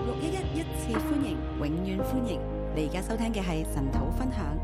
611一次歡迎，永遠歡迎！你而家收聽嘅係神土分享。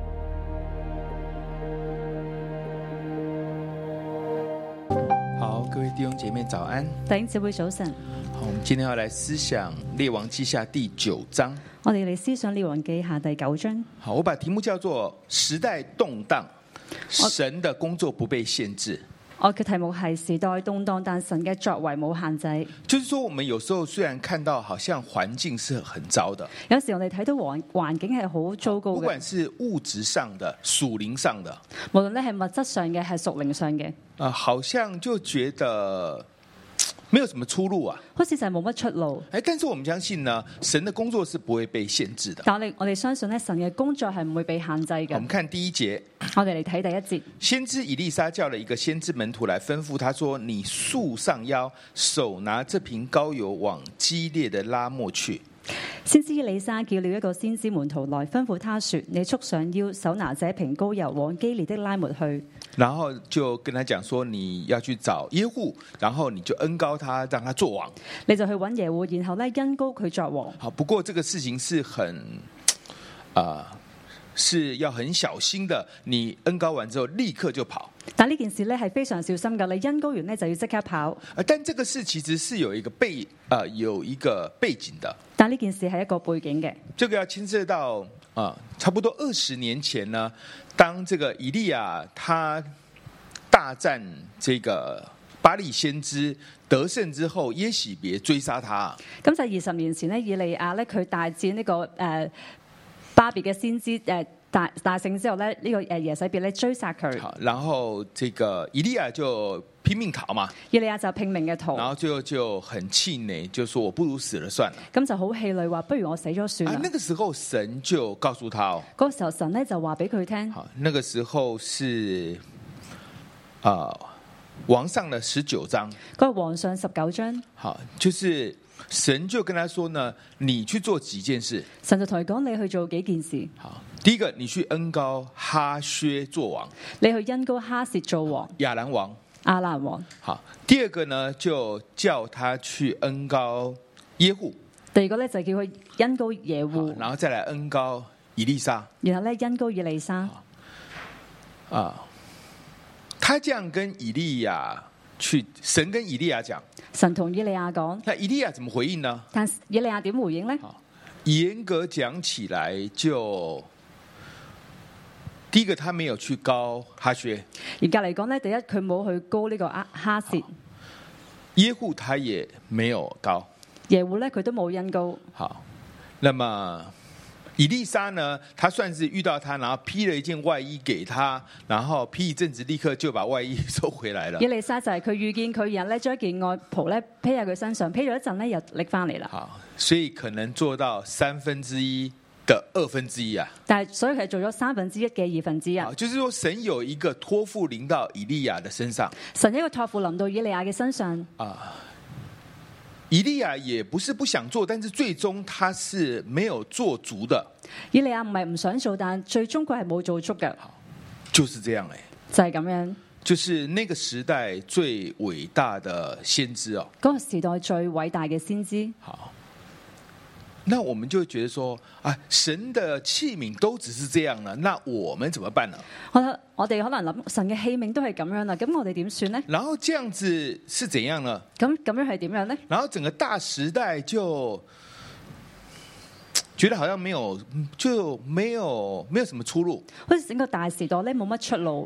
好，各位弟兄姐妹早安。 弟兄姊妹早晨。 好，我們今天要來思想列王記下第9章。 我哋嚟思想列王記下第9章。 好，我把題目叫做時代動盪，神的工作不被限制。 我嘅題目係時代動盪，但神嘅作為冇限制。 就是說，我們有時候雖然看到好像環境是很糟的， 有時我哋睇到環境係好糟糕嘅， 不管是物質上的、屬靈上的， 無論咧係物質上嘅，係屬靈上嘅， 好像就覺得沒有什麼出路啊， 好似就係冇乜出路。 但是我們相信呢，神的工作是不會被限制的。 但我哋相信咧，神嘅工作係唔會被限制嘅。 我們看第1節， 我哋嚟睇第1節。 先知以利沙叫了一個先知門徒來吩咐他說：你束上腰，手拿這瓶膏油往基列的拉末去。 先知以利沙叫了一個先知門徒來吩咐他說：你束上腰，手拿這瓶膏油往基列的拉末去。 然後就跟他講說，你要去找耶戶，然後你就恩膏他，讓他做王。 你就去揾耶戶，然後咧恩膏佢作王。 好，不過這個事情是很是要很小心的，你恩膏完之後立刻就跑。 但呢件事咧係非常小心嘅，你恩膏完咧就要即刻跑。 但這個事其實是有一個背景的。 但呢件事係一個背景嘅。 這個要牽涉到差不多20年前呢，當這個以利亞他大戰這個巴力先知得勝之後，耶洗別追殺他。 咁就20年前呢，以利亞咧佢大戰呢個巴別嘅先知大勝之後咧，呢個耶洗別咧追殺佢。 然後這個以利亞就拼命逃嘛， 以利亞就拼命嘅逃， 然後最後就很氣餒，就說我不如死了算了。 咁就好氣餒，話不如我死咗算啦。 那個時候神就告訴他嗰個時候神咧就話俾佢聽。 好，那個時候是王上的19章。 嗰個王上19章。 好，就是神就跟他說呢，你去做幾件事。 神就同佢講，你去做幾件事。 好，第一個，你去恩膏哈薛做王， 你去恩膏哈薛做王， 亞蘭王。 亞蘭王。 好，第二個呢，就叫他去恩膏耶戶。 第二個呢，就叫佢恩膏耶戶， 然後再來恩膏以利沙。 然後呢，恩膏以利沙。 他這樣跟以利亞去，神跟以利亞講， 神同以利亞講， 那以利亞怎麼回應呢？ 但以利亞點回應呢？ 嚴格講起來就，第一個他沒有去膏哈薛， 嚴格嚟講呢，第一佢冇去膏呢個哈薛， 耶戶他也沒有膏， 耶戶呢佢都冇恩膏。 好，那麼以利沙呢，他算是遇到他，然後披了一件外衣給他，然後披一陣子，立刻就把外衣收回來了。 以利沙就係佢遇見佢，然後咧將一件外袍咧披喺佢身上，披咗一陣咧又拎翻嚟啦。 好， 所以可能做到1/3的1/2啊。 但係所以佢做咗1/3嘅1/2。 就是說神有一個託付臨到以利亞的身上， 神一個託付臨到以利亞嘅身上。 以利亞也不是不想做，但是最終他是沒有做足的。 以利亞唔係唔想做，但最終佢係冇做足嘅。 就是這樣就係咁樣。 就是那個時代最偉大的先知哦。 嗰個時代最偉大嘅先知。 好，那我們就覺得說，神的器皿都只是這樣了，那我們怎麼辦呢？ 我哋可能諗神嘅器皿都係咁樣啦，咁我哋點算呢？ 然後這樣子是怎樣呢？ 咁樣係點樣呢？ 然後整個大時代就覺得好像沒有什麼出路， 好似整個大時代咧冇乜出路。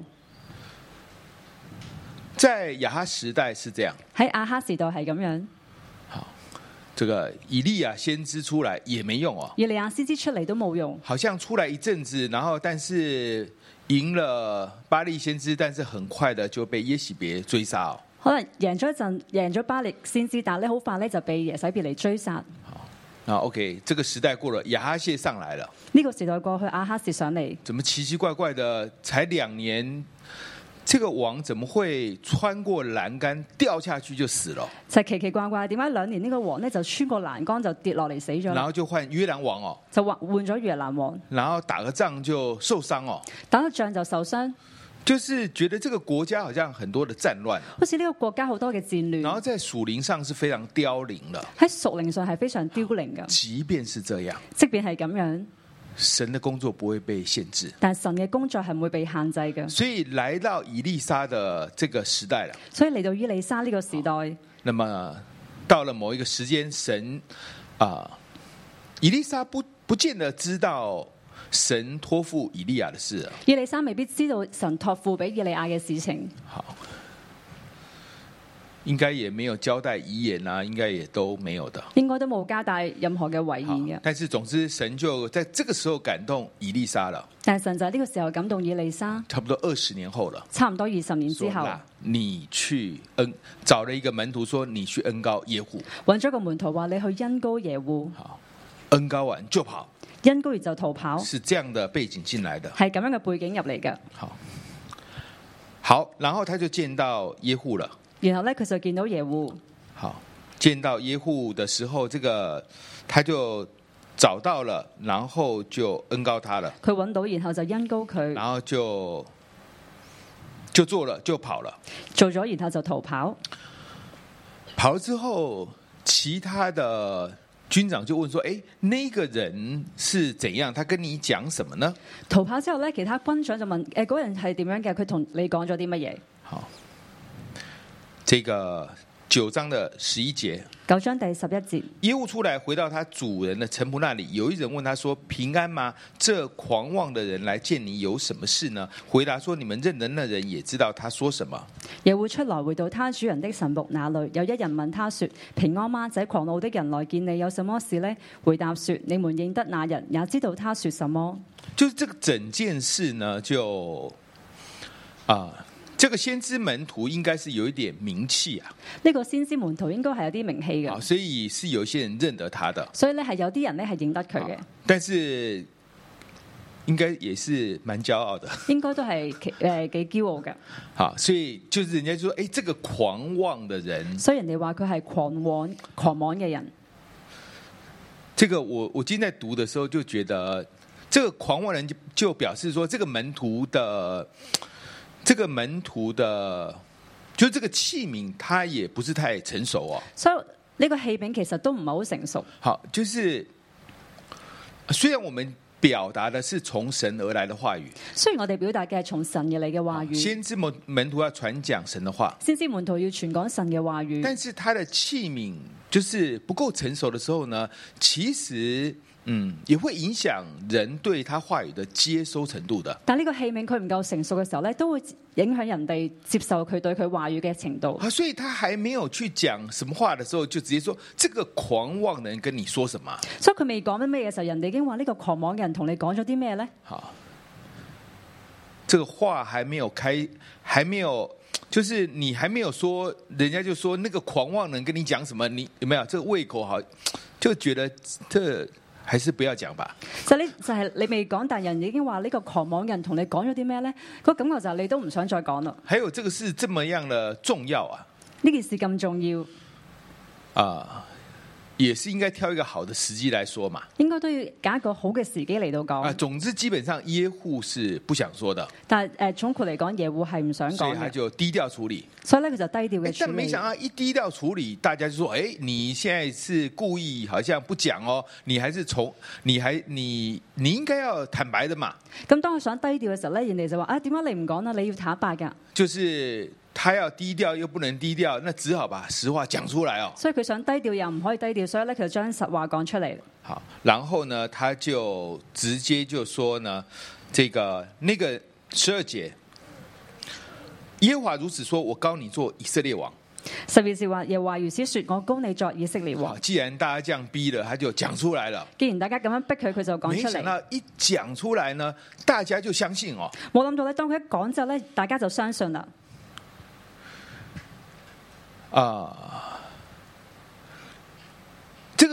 在亞哈時代是這樣， 喺亞哈時代係咁樣。 好，這個以利亞先知出來也沒用哦， 以利亞先知出嚟都冇用， 好像出來一陣子，然後但是贏了巴力先知，但是很快的就被耶洗別追殺哦。 可能贏咗一陣，贏咗巴力先知，但係咧好快咧就被耶洗別嚟追殺。 好，OK，這個時代過了，亞哈謝上來了。 呢個時代過去，亞哈謝上嚟， 怎麼奇奇怪怪的？才2年。這個王怎麼會穿過欄杆掉下去就死了？ 就奇奇怪怪，點解2年呢個王呢就穿過欄杆就跌落嚟死咗？ 然後就換約蘭王哦， 就換咗約蘭王， 然後打個仗就受傷哦， 打個仗就受傷。 就是覺得這個國家好像很多的戰亂， 好似呢個國家好多嘅戰亂， 然後在屬靈上是非常凋零了。 喺屬靈上係非常凋零嘅。 即便是這樣， 即便係咁樣， 神的工作不會被限制， 但神嘅工作係唔會被限制嘅。 所以來到以利沙的這個時代了。 所以嚟到以利沙呢個時代， 那麼到了某一個時間，神以利沙不見得知道神託付以利亞的事。 以利沙未必知道神託付俾以利亞嘅事情。 好，應該也沒有交代遺言啊，應該也都沒有的， 應該都冇交代任何嘅遺言嘅。 但是總之神就在這個時候感動以利沙了。 但係神就喺呢個時候感動以利沙， 差不多20年後了， 差唔多20年之後， 你去找了一個門徒說你去恩膏耶戶， 揾咗個門徒話你去恩膏耶戶， 好，恩膏完就跑， 恩膏完就逃跑， 是這樣的背景進來的， 係咁樣嘅背景入嚟嘅。 好，然後他就見到耶戶了， 然後呢，佢就見到耶戶， 好，見到耶戶的時候，這個他就找到了，然後就恩膏他了， 佢揾到，然後就恩膏佢， 然後就做了，就跑了， 做咗，然後就逃跑。 跑了之後，其他的軍長就問說：誒，那個人是怎樣？他跟你講什麼呢？ 逃跑之後呢，其他軍長就問：嗰人係點樣嘅？佢同你講咗啲乜嘢？ 好，這個9章的11節 ，9章第11節， 耶戶出來回到他主人的臣僕那裡，有一人問他說：平安嗎？這狂妄的人來見你有什麼事呢？回答說：你們認得那人也知道他說什麼。 耶戶出來回到他主人的臣僕那裡，有一人問他說：平安嗎？這狂傲的人來見你有什麼事呢？回答說：你們認得那人，也知道他說什麼。 就是這個整件事呢，就這個先知門徒應該是有一點名氣啊。 呢個先知門徒應該係有啲名氣嘅， 所以是有些人認得他的。 所以呢，係有啲人呢係認得佢嘅， 但是應該也是蠻驕傲的， 應該都係幾驕傲嘅。 好，所以就是人家就說：誒，這個狂妄的人， 所以人哋話佢係狂妄嘅人。 這個我今天在讀的時候就覺得，這個狂妄人就表示說，這個門徒的，就這個器皿，它也不是太成熟哦。 所以呢個器皿其實都唔係好成熟。 好，就是雖然我們表達的是從神而來的話語， 雖然我哋表達嘅係從神而嚟嘅話語， 先知門徒要傳講神的話， 先知門徒要傳講神嘅話語， 但是他的器皿就是不夠成熟的時候呢，其實也會影響人對他話語的接收程度的。 但呢個器皿佢唔夠成熟嘅時候呢，都會影響人哋接受佢對佢話語嘅程度。 所以他還沒有去講什麼話的時候，就直接說這個狂妄的人跟你說什麼。 所以佢未講啲咩嘅時候，人哋已經話呢個狂妄嘅人同你講咗啲咩呢？ 好，這個話還沒有開，還沒有，就是你還沒有說，人家就說那個狂妄人跟你講什麼，你有沒有這個胃口好，就覺得這還是不要講吧。 就係你未講，但人已經話呢個狂妄人同你講咗啲咩呢？個感覺就係你都唔想再講啦。 還有這個是這麼樣的重要啊！ 呢件事咁重要也是應該挑一個好的時機來說嘛。 應該都要揀一個好嘅時機嚟到講。 總之基本上耶戶是不想說的， 但係總括嚟講，耶戶係唔想講嘅， 所以他就低調處理。 所以咧佢就低調嘅處理。 但沒想到一低調處理，大家就說：誒，你現在是故意，好像不講哦，你還是你應該要坦白的嘛。 咁當佢想低調嘅時候咧，人哋就話：點解你唔講呢？你要坦白噶。 就是他要低調又不能低調，那只好把實話講出來哦。 所以佢想低調又唔可以低調，所以咧佢就將實話講出嚟。 好，然後呢，他就直接就說呢，那個12節，耶和華如此說，我膏你做以色列王。 12節話，耶和華如此說，我膏你作以色列王。 既然大家這樣逼了，他就講出來了。 既然大家咁樣逼佢，佢就講出嚟。 沒想到一講出來呢，大家就相信哦。 冇諗到咧，當佢一講之後咧，大家就相信啦。 這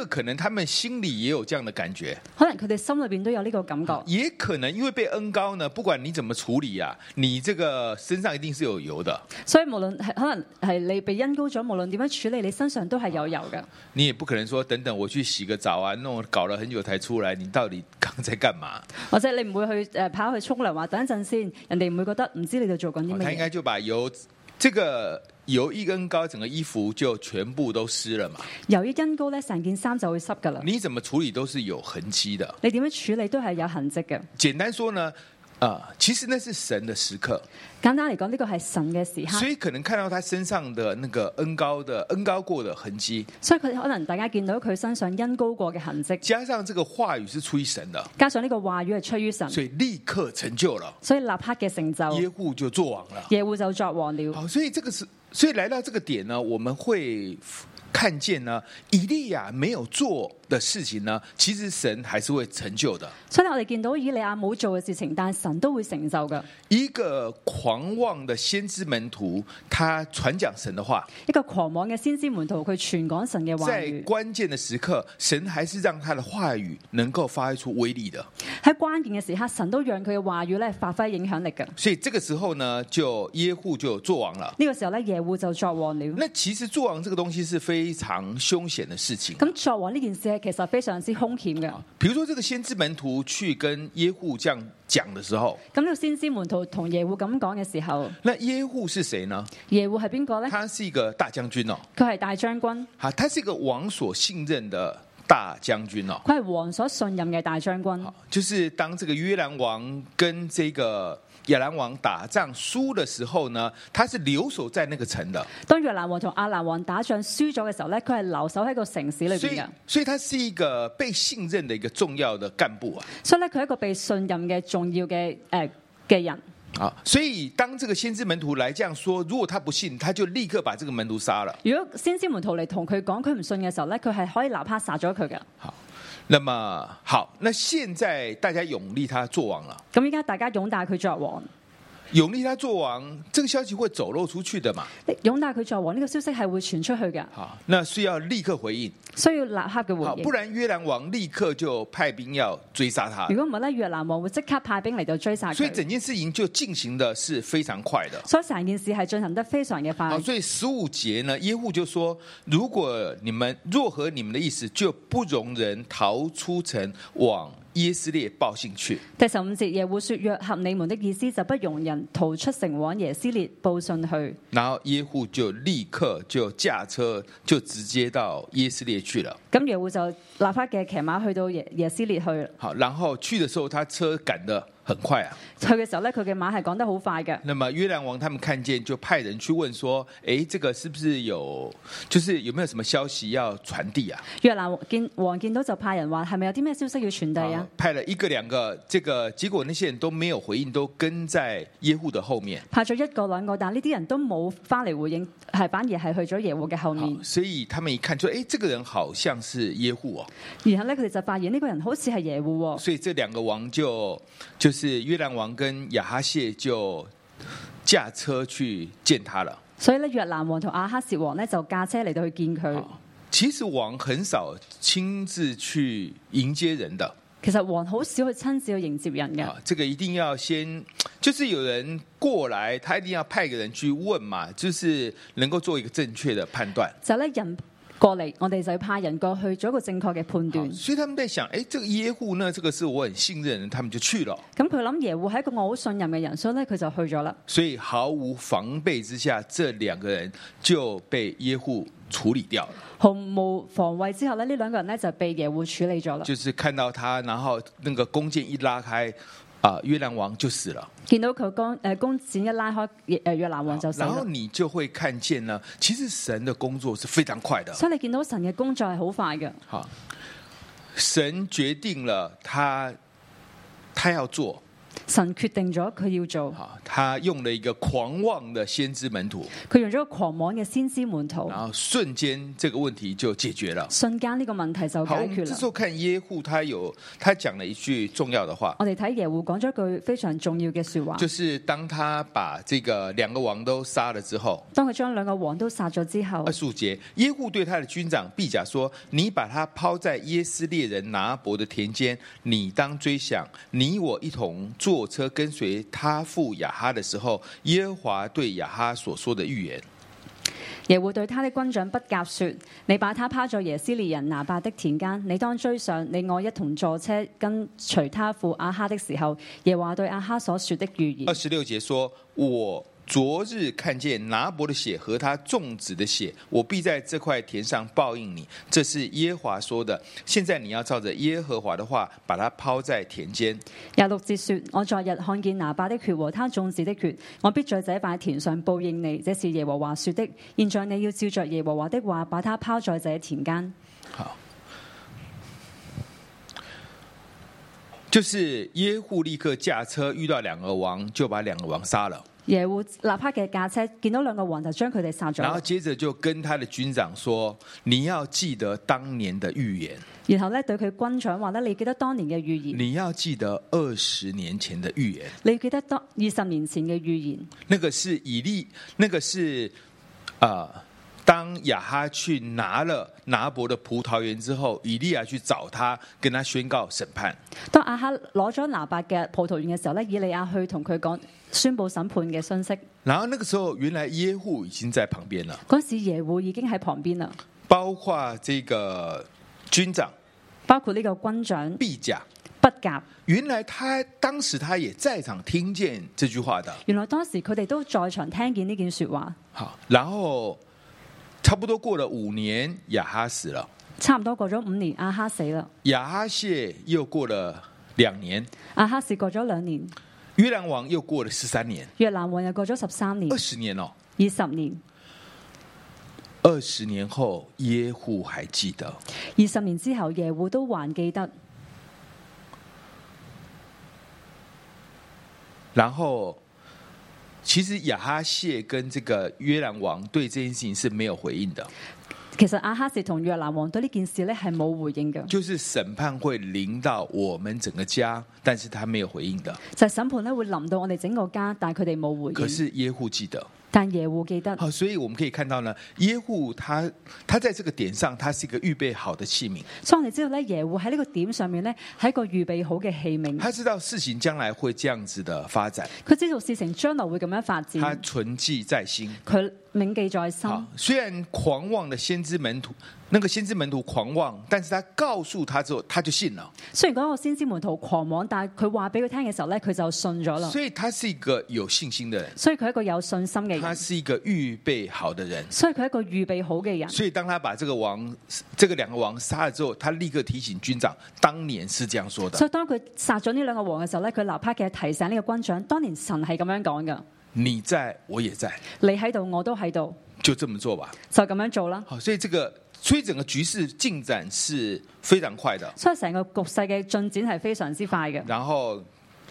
个可能他们心里也有这样的感覺， 可能佢哋心裏邊都有呢個感覺。 也可能因為被恩膏呢，不管你怎麼處理啊，你這個身上一定是有油的。 所以無論係可能係你被恩膏咗，無論點樣處理，你身上都係有油嘅。 你也不可能說等等我去洗個澡啊，弄搞了很久才出來，你到底剛才幹嘛？ 或者你唔會去跑去沖涼話等一陣先，人哋唔會覺得唔知你哋做緊啲乜嘢。 他應該就把油，這個油一恩膏，整個衣服就全部都濕了嘛。 由於恩膏咧，成件衫就會濕噶啦。 你怎麼處理都是有痕跡的。 你點樣處理都係有痕跡嘅。 簡單說呢，其實那是神的時刻。 簡單嚟講，呢個係神嘅時刻。 所以可能看到他身上的那個恩膏過的痕跡。 所以佢可能大家見到佢身上恩膏過嘅痕跡。 加上這個話語是出於神的。 加上呢個話語係出於神。 所以立刻成就了。 所以立刻嘅成就。 耶戶就作王了。 耶戶就作王了。 好，所以所以來到這個點呢，我們會看見呢，以利亞沒有做的事情呢，其實神還是會成就的。 所以我哋見到以利亞冇做嘅事情，但係神都會成就嘅。 一個狂妄的先知門徒，他傳講神的話。 一個狂妄嘅先知門徒，佢傳講神嘅話語。 在關鍵的時刻，神還是讓他的話語能夠發揮出威力的。 喺關鍵嘅時刻，神都讓佢嘅話語咧發揮影響力嘅。 所以這個時候呢，就耶戶就作王了。 呢個時候咧，耶戶就作王了。 那其實作王這個東西是非常兇險的事情。 咁作王呢件事其實非常之兇險嘅。 比如說，這個先知門徒去跟耶戶這樣講的時候， 咁呢個先知門徒同耶戶咁講嘅時候， 那耶戶是誰呢？ 耶戶係邊個呢？ 他是一個大將軍哦， 佢係大將軍。 他是一個王所信任的大將軍哦， 佢係王所信任嘅大將軍。 就是當這個約蘭王跟這個亞蘭王打仗輸的時候呢，他是留守在那個城的。 當約蘭王同亞蘭王打仗輸咗嘅時候呢，佢係留守喺個城市裏邊嘅。 所以他是一個被信任的一個重要的幹部啊。 所以咧，佢係一個被信任嘅重要嘅人。 啊，所以當這個先知門徒來這樣說，如果他不信，他就立刻把這個門徒殺了。 如果先知門徒嚟同佢講佢唔信嘅時候呢，佢係可以立刻殺咗佢嘅。 好，那麼好，那現在大家擁立他做王了。 咁依家大家擁戴佢作王， 擁立他做王，這個消息會走漏出去的嘛？ 擁戴佢作王呢個消息係會傳出去嘅。 好，那需要立刻回應， 需要立刻嘅回應。 不然約蘭王立刻就派兵要追殺他。 如果唔係咧，約蘭王會即刻派兵嚟到追殺佢。 所以整件事情就進行的是非常快的。 所以成件事係進行得非常嘅快。 好，所以15節呢，耶戶就說：如果你們若合你們的意思，就不容人逃出城往耶斯列報信去。 第15節，耶戶說：若合你們的意思，就不容人逃出城往耶斯列報信去。 然後耶戶就立刻就駕車就直接到耶斯列去了。 咁耶戶就立刻嘅騎馬去到耶斯列去。 好，然後去的時候，他車趕得很快啊。 去嘅時候咧，佢嘅馬係趕得好快嘅。 那麼約蘭王他們看見，就派人去問說：誒，這個是不是有，就是有沒有什麼消息要傳遞啊？ 約蘭王見到就派人話：係咪有啲咩消息要傳遞啊？ 派了一個兩個，這個結果那些人都沒有回應，都跟在耶戶的後面。 派咗一個兩個，但呢啲人都冇翻嚟回應，係反而係去咗耶戶嘅後面。 所以他們一看就：誒，這個人好像是耶戶哦。 然後咧，佢哋就發現呢個人好似係耶戶。 所以這兩個王就是約蘭王跟亞哈謝就駕車去見他了。 所以咧，約蘭王同亞哈薛王呢，就駕車嚟到去見佢。 其實王很少親自去迎接人的。 其實王好少去親自去迎接人嘅。 這個一定要先，就是有人過來，他一定要派個人去問嘛，就是能夠做一個正確的判斷。 就咧人過嚟，我哋就要派人過去做一個正確嘅判斷。 所以他們在想，誒，這個耶戶呢，這個是我很信任的，他們就去了。 咁佢諗耶戶係一個我好信任嘅人，所以咧佢就去咗啦。 所以毫無防備之下，這兩個人就被耶戶處理掉了。 毫無防衛之後咧，呢兩個人呢就被耶戶處理咗啦。 就是看到他，然後那個弓箭一拉開，約蘭王就死了。 見到佢弓箭一拉開，約蘭王就死了。 然後你就會看見呢，其實神的工作是非常快的。 所以你見到神嘅工作係好快嘅。 好，神決定了他要做， 神決定咗佢要做， 好，他用了一個狂妄的先知門徒， 佢用咗個狂妄嘅先知門徒， 然後瞬間這個問題就解決了。 瞬間呢個問題就好， 解決啦。 我們這時候看耶戶，他講了一句重要的話， 我哋睇耶戶講咗一句非常重要嘅說話， 就是當他把這個兩個王都殺了之後， 當佢將兩個王都殺咗之後 25節，耶戶對他的軍長畢甲說：你把他拋在耶斯列人拿伯的田間，你當追想，你我一同坐車跟隨他父亞哈的時候，耶和華對亞哈所說的預言。 耶戶對他的軍長畢甲說：你把他拋在耶斯列人拿伯的田間，你當追上，你我一同坐車跟隨他父亞哈的時候，耶和華對亞哈所說的預言。 26節說：我昨日看見拿伯的血和他眾子的血，我必在這塊田上報應你。這是耶和華說的。現在你要照着耶和華的話，把它拋在田間。 26節說：我昨日看見拿伯的血和他眾子的血，我必在這塊田上報應你。這是耶和華說的。現在你要照着耶和華的話，把它拋在這田間。 好，就是耶戶立刻駕車遇到兩個王，就把兩個王殺了。 耶戶立刻嘅駕車見到兩個王就將佢哋殺咗， 然後接着就跟他的軍長說：你要記得當年的預言。 然後咧對佢軍長話咧：你記得當年嘅預言， 你要記得20年前的預言。 你記得當20年前嘅預言。 那個是那個是當亞哈去拿了拿伯的葡萄園之後，以利亞去找他，跟他宣告審判。 當亞哈攞咗拿伯嘅葡萄園嘅時候咧，以利亞去同佢講宣布審判嘅信息。 然後那個時候，原來耶戶已經在旁邊了。 嗰時耶戶已經喺旁邊啦， 包括這個軍長， 包括呢個軍長畢甲。 畢甲， 原來當時他也在場聽見這句話的。 原來當時佢哋都在場聽見呢件說話。 好，然後差不多過了5年，亞哈死了。 差唔多過咗5年，亞哈死啦。 亞哈謝又過了2年， 亞哈謝過咗2年。 約蘭王又過了13年， 約蘭王又過咗13年 ，20年哦 ，20年。 20年後，耶戶還記得。 20年之後，耶戶都還記得。 然後，其實亞哈謝跟這個約蘭王對這件事情是沒有回應的。 其實亞哈謝同約蘭王對呢件事呢係冇回應嘅， 就是審判會臨到我們整個家，但是他沒有回應的。 就係審判呢會臨到我哋整個家，但係佢哋冇回應。 可是耶戶記得。 但耶戶記得， 好，所以我們可以看到呢，耶戶他在這個點上，他是一個預備好的器皿。 所以我哋知道咧，耶戶喺呢個點上面咧，係一個預備好嘅器皿。 他知道事情將來會這樣子的發展， 佢知道事情將來會咁樣發展， 他存記在心， 佢銘記在心。 雖然狂妄的先知門徒，那個先知門徒狂妄，但是他告訴他之後，他就信了。 雖然嗰個先知門徒狂妄，但係佢話俾佢聽嘅時候咧，佢就信咗啦。 所以他是一個有信心的人， 所以佢係一個有信心嘅人， 他是一個預備好的人， 所以佢係一個預備好嘅人。 所以當他把這個兩個王殺了之後，他立刻提醒軍長，當年是這樣說的。 所以當佢殺咗呢兩個王嘅時候咧，佢立刻嘅提醒呢個軍長，當年神係咁樣講噶。 你在，我也在， 你喺度，我都喺度， 就這麼做吧， 就咁樣做啦。 好，所以整個局勢進展是非常快的， 所以成個局勢嘅進展係非常之快嘅。 然後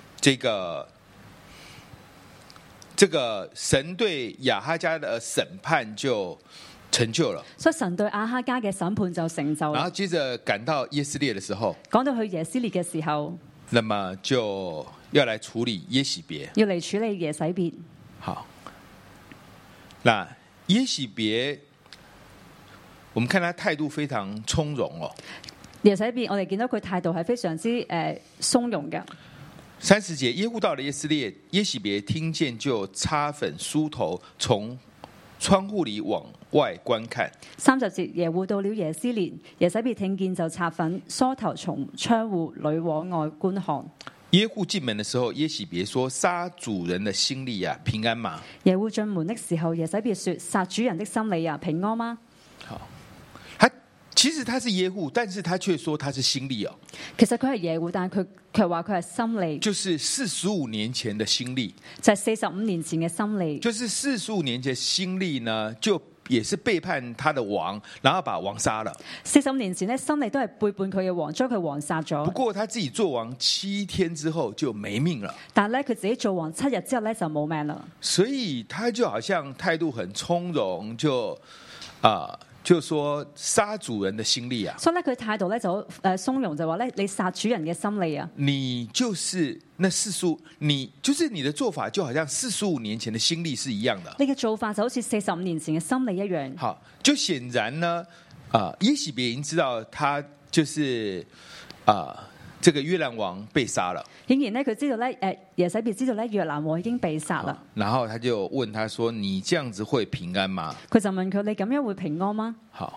這個神對亞哈家的審判就成就了， 所以神對亞哈家嘅審判就成就了。 然後接着趕到耶斯列的時候， 講到去耶斯列嘅時候， 那麼就要來處理耶洗別， 要嚟處理耶洗別。 好，那耶洗別，我們看他態度非常從容哦。 耶洗別，我哋見到佢態度係非常之從容嘅。 30節，耶戶到了耶斯列，耶洗別聽見就擦粉梳頭，從窗戶裏往外觀看。 30節，耶戶到了耶斯列，耶洗別聽見就擦粉梳頭，從窗戶裏往外觀看。 耶戶進門的時候，耶洗別說：殺主人的心裡啊，平安嗎？ 耶戶進門的時候，耶洗別說：殺主人的心裡啊，平安嗎？ 好，其實他是耶戶，但是他卻說他是心裡哦。 其實佢係耶戶，但係佢卻話佢係心裡， 就是45年前的心裡， 就係45年前嘅心裡， 就是45年前的心裡呢，就也是背叛他的王，然後把王殺了。 40年前呢，申利都係背叛佢嘅王，將佢王殺咗。 不過他自己做王7天之後就沒命了。 但係咧，佢自己做王7日之後咧就冇命啦。 所以他就好像態度很從容，就說殺主人的心力啊。 所以咧，佢態度咧就鬆容，就話咧你殺主人嘅心理啊。 你就是那你就是你的做法，就好像45年前的心力是一樣的。 你嘅做法就好似45年前嘅心理一樣。 好，就顯然呢，耶洗別已經知道他就是這個約蘭王被殺了。 顯然呢，佢知道咧，耶洗別知道咧，約蘭王已經被殺啦。 然後他就問他說：你這樣子會平安嗎？ 佢就問佢：你咁樣會平安嗎？ 好，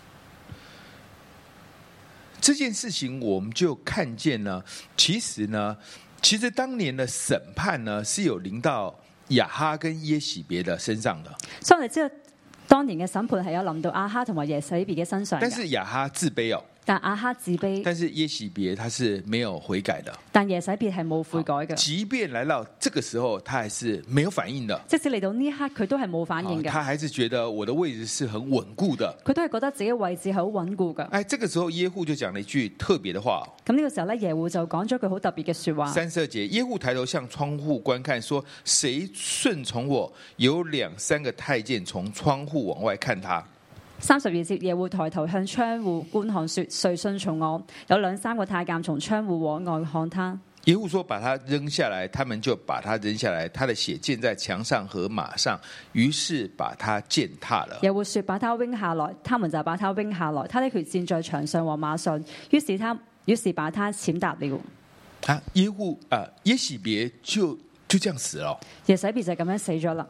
這件事情我們就看見呢，其實當年的審判呢，是有臨到亞哈跟耶洗別的身上的。 所以我哋知道當年嘅審判係有臨到亞哈同埋耶洗別嘅身上。 但是亞哈自卑哦。 但亞哈自卑， 但是耶洗別他是沒有悔改的。 但耶洗別係冇悔改嘅。 即便來到這個時候，他還是沒有反應的。 即使嚟到呢一刻，佢都係冇反應嘅。 他還是覺得我的位置是很穩固的。 佢都係覺得自己位置係好穩固嘅。 哎，這個時候耶戶就講了一句特別的話。 咁呢個時候咧，耶戶就講咗句好特別嘅說話。 32節，耶戶抬頭向窗戶觀看，說：誰順從我？有2-3個太監從窗戶往外看他。 32節，耶戶抬頭向窗戶觀看，說：誰順從我？有2-3個太監從窗戶往外看他。 耶戶說：把他扔下來，他們就把他扔下來，他的血濺在牆上和馬上，於是把他踐踏了。 耶戶說：把他扔下來，他們就把他扔下來，他的血濺在牆上和馬上，於是把他踐踏了。 耶洗別就這樣死了。 耶洗別就咁樣死咗啦。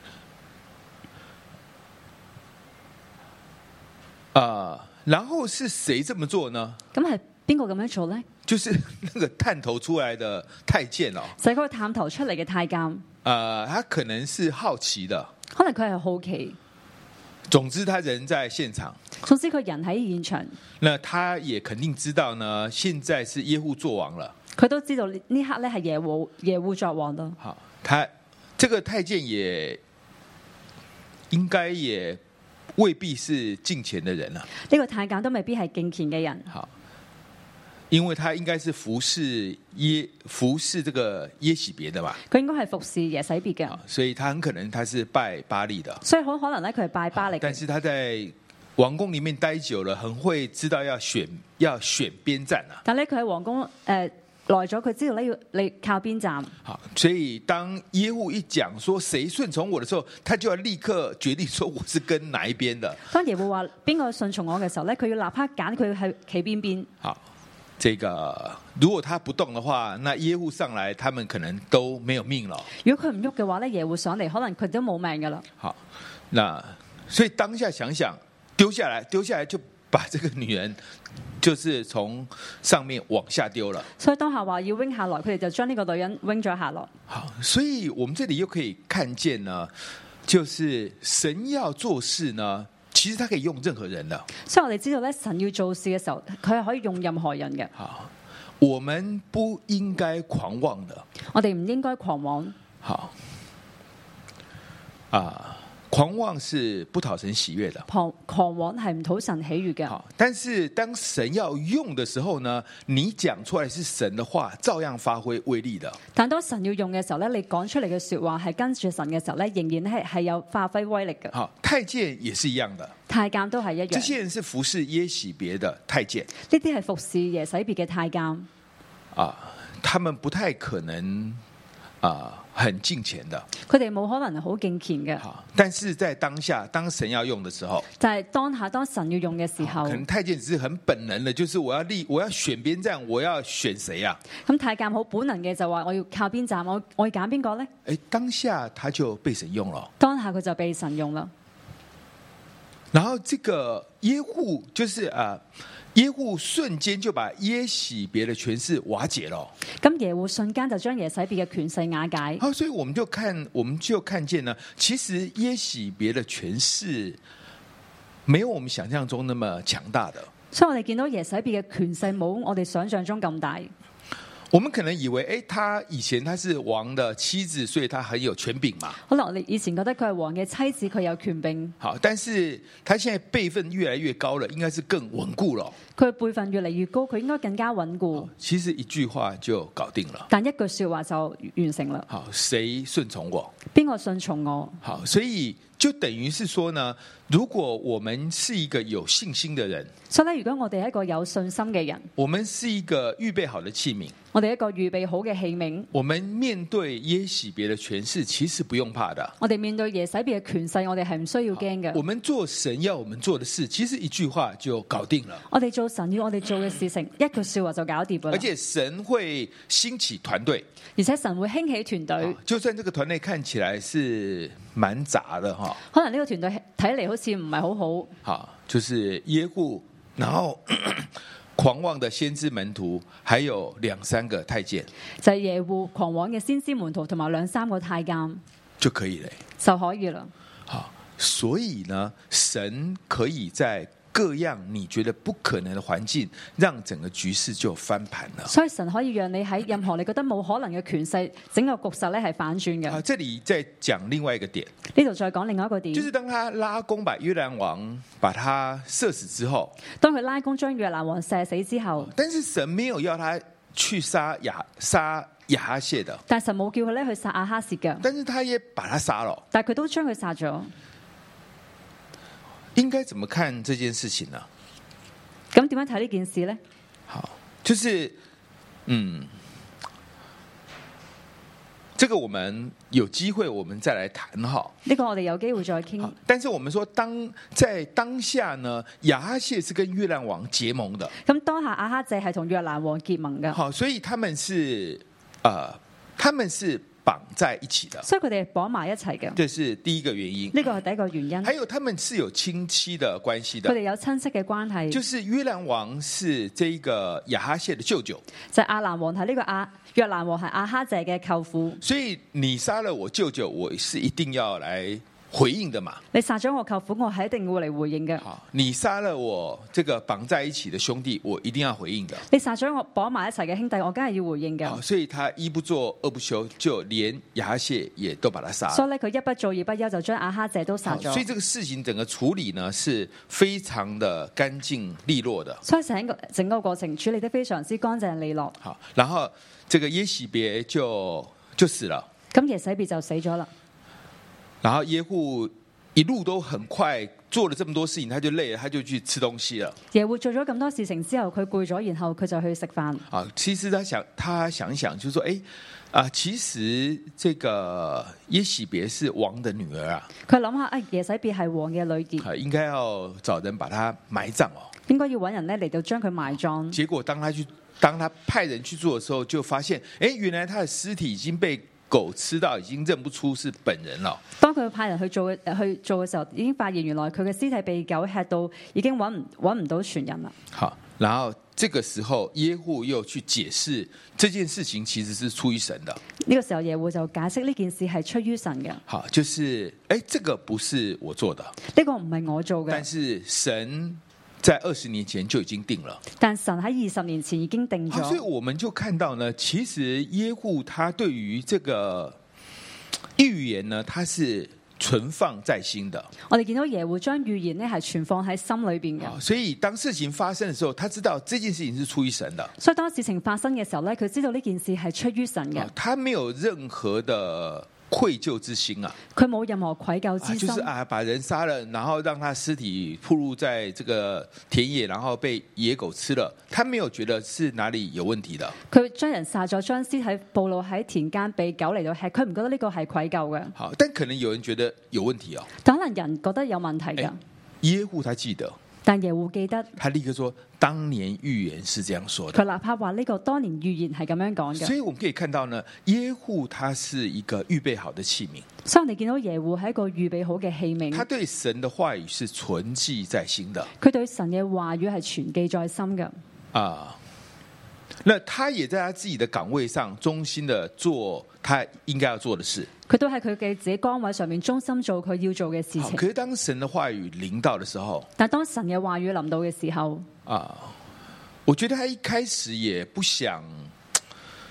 然後是誰這麼做呢？ 咁係邊個咁樣做呢？ 就是那個探頭出來的太監哦， 就係嗰個探頭出嚟嘅太監。 他可能是好奇的， 可能佢係好奇。 總之，他人在現場。 總之，佢人喺現場。 那他也肯定知道呢，現在是耶戶作王了。 佢都知道呢刻咧係耶戶作王咯。 好，他這個太監也應該也未必是敬虔的人啊。 呢個太監都未必係敬虔嘅人。 好，因為他應該是服侍這個耶洗別的吧。 佢應該係服侍耶洗別嘅， 所以他很可能他是拜巴力的。 所以好可能咧佢係拜巴力。 但是他在王宮裡面待久了，很會知道要選邊站啊。 但係佢喺王宮耐咗，佢知道咧要你靠邊站。 好，所以當耶戶一講說誰順從我的時候，他就要立刻決定說我是跟哪一邊的。 當耶戶話邊個順從我嘅時候咧，佢要立刻揀佢係企邊邊。 好，這個如果他不動的話，那耶戶上來，他們可能都沒有命了。 如果佢唔喐嘅話咧，耶戶上嚟，可能佢都冇命噶啦。 好，那所以當下想想，丟下來就把這個女人就是從上面往下丟了。 所以當下話要扔下來，佢哋就將呢個女人扔咗下來。 好，所以我們這裡又可以看見呢，就是神要做事呢，其實他可以用任何人的。 所以我哋知道咧，神要做事嘅時候，佢係可以用任何人嘅。 好，我們不應該狂妄的。 我哋唔應該狂妄。 好，狂妄是不討神喜悅的。 狂妄係唔討神喜悅嘅。 好，但是當神要用的時候呢，你講出來是神的話，照樣發揮威力的。 但當神要用嘅時候咧，你講出嚟嘅說話係跟住神嘅時候咧，仍然係有發揮威力嘅。 好，太監也是一樣的。 太監都係一樣。 這些人是服侍耶洗別的太監。 呢啲係服侍耶洗別嘅太監。 他們不太可能很敬虔的， 佢哋冇可能好敬虔嘅。 但是在當下，當神要用的時候， 就係當下當神要用嘅時候， 可能太監只是很本能的，就是我要選邊站，我要選誰啊？ 咁太監好本能嘅就話我要靠邊站，我要揀邊個呢？ 當下他就被神用了， 當下佢就被神用啦。 然後這個耶戶就是耶戶瞬間就把耶洗別的權勢瓦解了。 咁耶戶瞬間就將耶洗別嘅權勢瓦解。 好，所以我們就看見呢，其實耶洗別的權勢沒有我們想象中那麼強大的。 所以我哋見到耶洗別嘅權勢冇我哋想象中咁大。 我們可能以為，他以前他是王的妻子，所以他很有權柄嘛。 可能我哋以前覺得佢係王嘅妻子，佢有權柄。 好，但是他現在輩分越來越高了，應該是更穩固了。 佢輩分越嚟越高，佢應該更加穩固。 其實一句話就搞定了。 但一句說話就完成啦。 好，誰順從我？ 邊個順從我？ 好，所以就等於是說呢，如果我們是一個有信心的人， 所以咧，如果我哋係一個有信心嘅人， 我們是一個預備好的器皿， 我哋一個預備好嘅器皿， 我們面對耶洗別的權勢，其實不用怕的。 我哋面對耶洗別嘅權勢，我哋係唔需要驚嘅。 我們做神要我們做的事，其實一句話就搞定了。 我哋做神要我哋做嘅事情，一句說話就搞掂啦。 而且神會興起團隊， 而且神會興起團隊。 就算這個團隊看起來是蠻雜的哈， 可能呢個團隊睇嚟好似唔係好好。 好，就是耶戶，然後狂妄的先知門徒，還有2-3個太監， 就係耶戶、狂妄嘅先知門徒同埋2-3個太監就可以了， 就可以啦。 好，所以呢，神可以在各樣你覺得不可能的環境，讓整個局勢就翻盤了。 所以神可以讓你喺任何你覺得冇可能嘅權勢，整個局勢咧係反轉嘅。 好，這裡再講另外一個點， 呢度再講另外一個點， 就是當他拉弓把約蘭王把他射死之後， 當佢拉弓將約蘭王射死之後， 但是神沒有要他去殺亞哈謝的， 但神冇叫佢咧去殺亞哈薛嘅， 但是他也把他殺了。 但佢都將佢殺咗。 應該怎麼看這件事情呢？ 咁點樣睇呢件事呢？ 好，就是這個我們有機會我們再來談哈。 呢個我哋有機會再傾。 但是我們說在當下呢，亞哈謝是跟約蘭王結盟的。 咁當下亞哈謝係同約蘭王結盟嘅。 好，所以他們是綁在一起的， 所以佢哋綁埋一齊嘅。 這是第一個原因。 呢個係第一個原因。 還有他們是有親戚的關係的。 佢哋有親戚嘅關係。 就是約蘭王是這個亞哈謝的舅舅。 就係亞蘭王係呢個約蘭王係亞哈謝嘅舅父。 所以你殺了我舅舅，我是一定要來回應的嘛。 你殺咗我舅父，我係一定會嚟回應嘅。 好，你殺了我這個綁在一起的兄弟，我一定要回應的。 你殺咗我綁埋一齊嘅兄弟，我梗係要回應嘅。 好，所以他一不做二不休，就連亞哈謝也都把他殺了。 所以咧，佢一不做二不休，就將亞哈謝都殺咗。 所以這個事情整個處理呢，是非常的乾淨利落的。 所以整個過程處理得非常之乾淨利落。 好，然後這個耶洗別就死了。 咁耶洗別就死咗啦。 然後耶戶一路都很快做了這麼多事情，他就累了，他就去吃東西了。 耶戶做咗咁多事情之後，佢攰咗，然後佢就去食飯。 啊，其實他想一想，就是說，其實這個耶洗別是王的女兒啊。 佢諗下，耶洗別係王嘅女兒， 應該要找人把她埋葬哦。 應該要揾人嚟到將佢埋葬。 結果當他派人去做的時候，就發現，原來他的屍體已經被狗吃到，已經認不出是本人了。 當佢派人去做嘅時候，已經發現原來佢嘅屍體被狗吃到，已經揾唔到傳人啦。 好，然後這個時候耶戶又去解釋這件事情其實是出於神的。 呢個時候耶戶就解釋呢件事係出於神嘅。 好，就是這個不是我做的， 呢個唔係我做嘅， 但是神在20年前就已經定了， 但神喺20年前已經定咗。 所以我們就看到呢，其實耶戶他對於這個預言呢，他是存放在心的。 我哋見到耶戶將預言呢係存放喺心裏邊嘅， 所以當事情發生的時候，他知道這件事情是出於神的。 所以當事情發生嘅時候呢，佢知道呢件事係出於神嘅， 他沒有任何的愧疚之心啊， 佢冇任何愧疚之心， 就是把人殺了，然後讓他屍體暴露在這個田野，然後被野狗吃了，他沒有覺得是哪裡有問題的。 佢將人殺咗，將屍體暴露喺田間被狗嚟到吃，佢唔覺得呢個係愧疚嘅。 好，但可能有人覺得有問題哦， 但可能人覺得有問題嘅。 耶戶他記得， 但耶戶記得， 他立刻說當年預言是這樣說的。 佢立刻話呢個當年預言係咁樣講嘅。 所以我們可以看到呢，耶戶他是一個預備好的器皿。 所以我哋見到耶戶係一個預備好嘅器皿。 他對神的話語是存記在心的。 佢對神嘅話語係存記在心嘅。 那他也在他自己的崗位上忠心的做他應該要做的事。 佢都喺佢嘅自己崗位上面忠心做佢要做嘅事情。 可是當神的話語臨到的時候， 但當神嘅話語臨到嘅時候， 我覺得他一開始也不想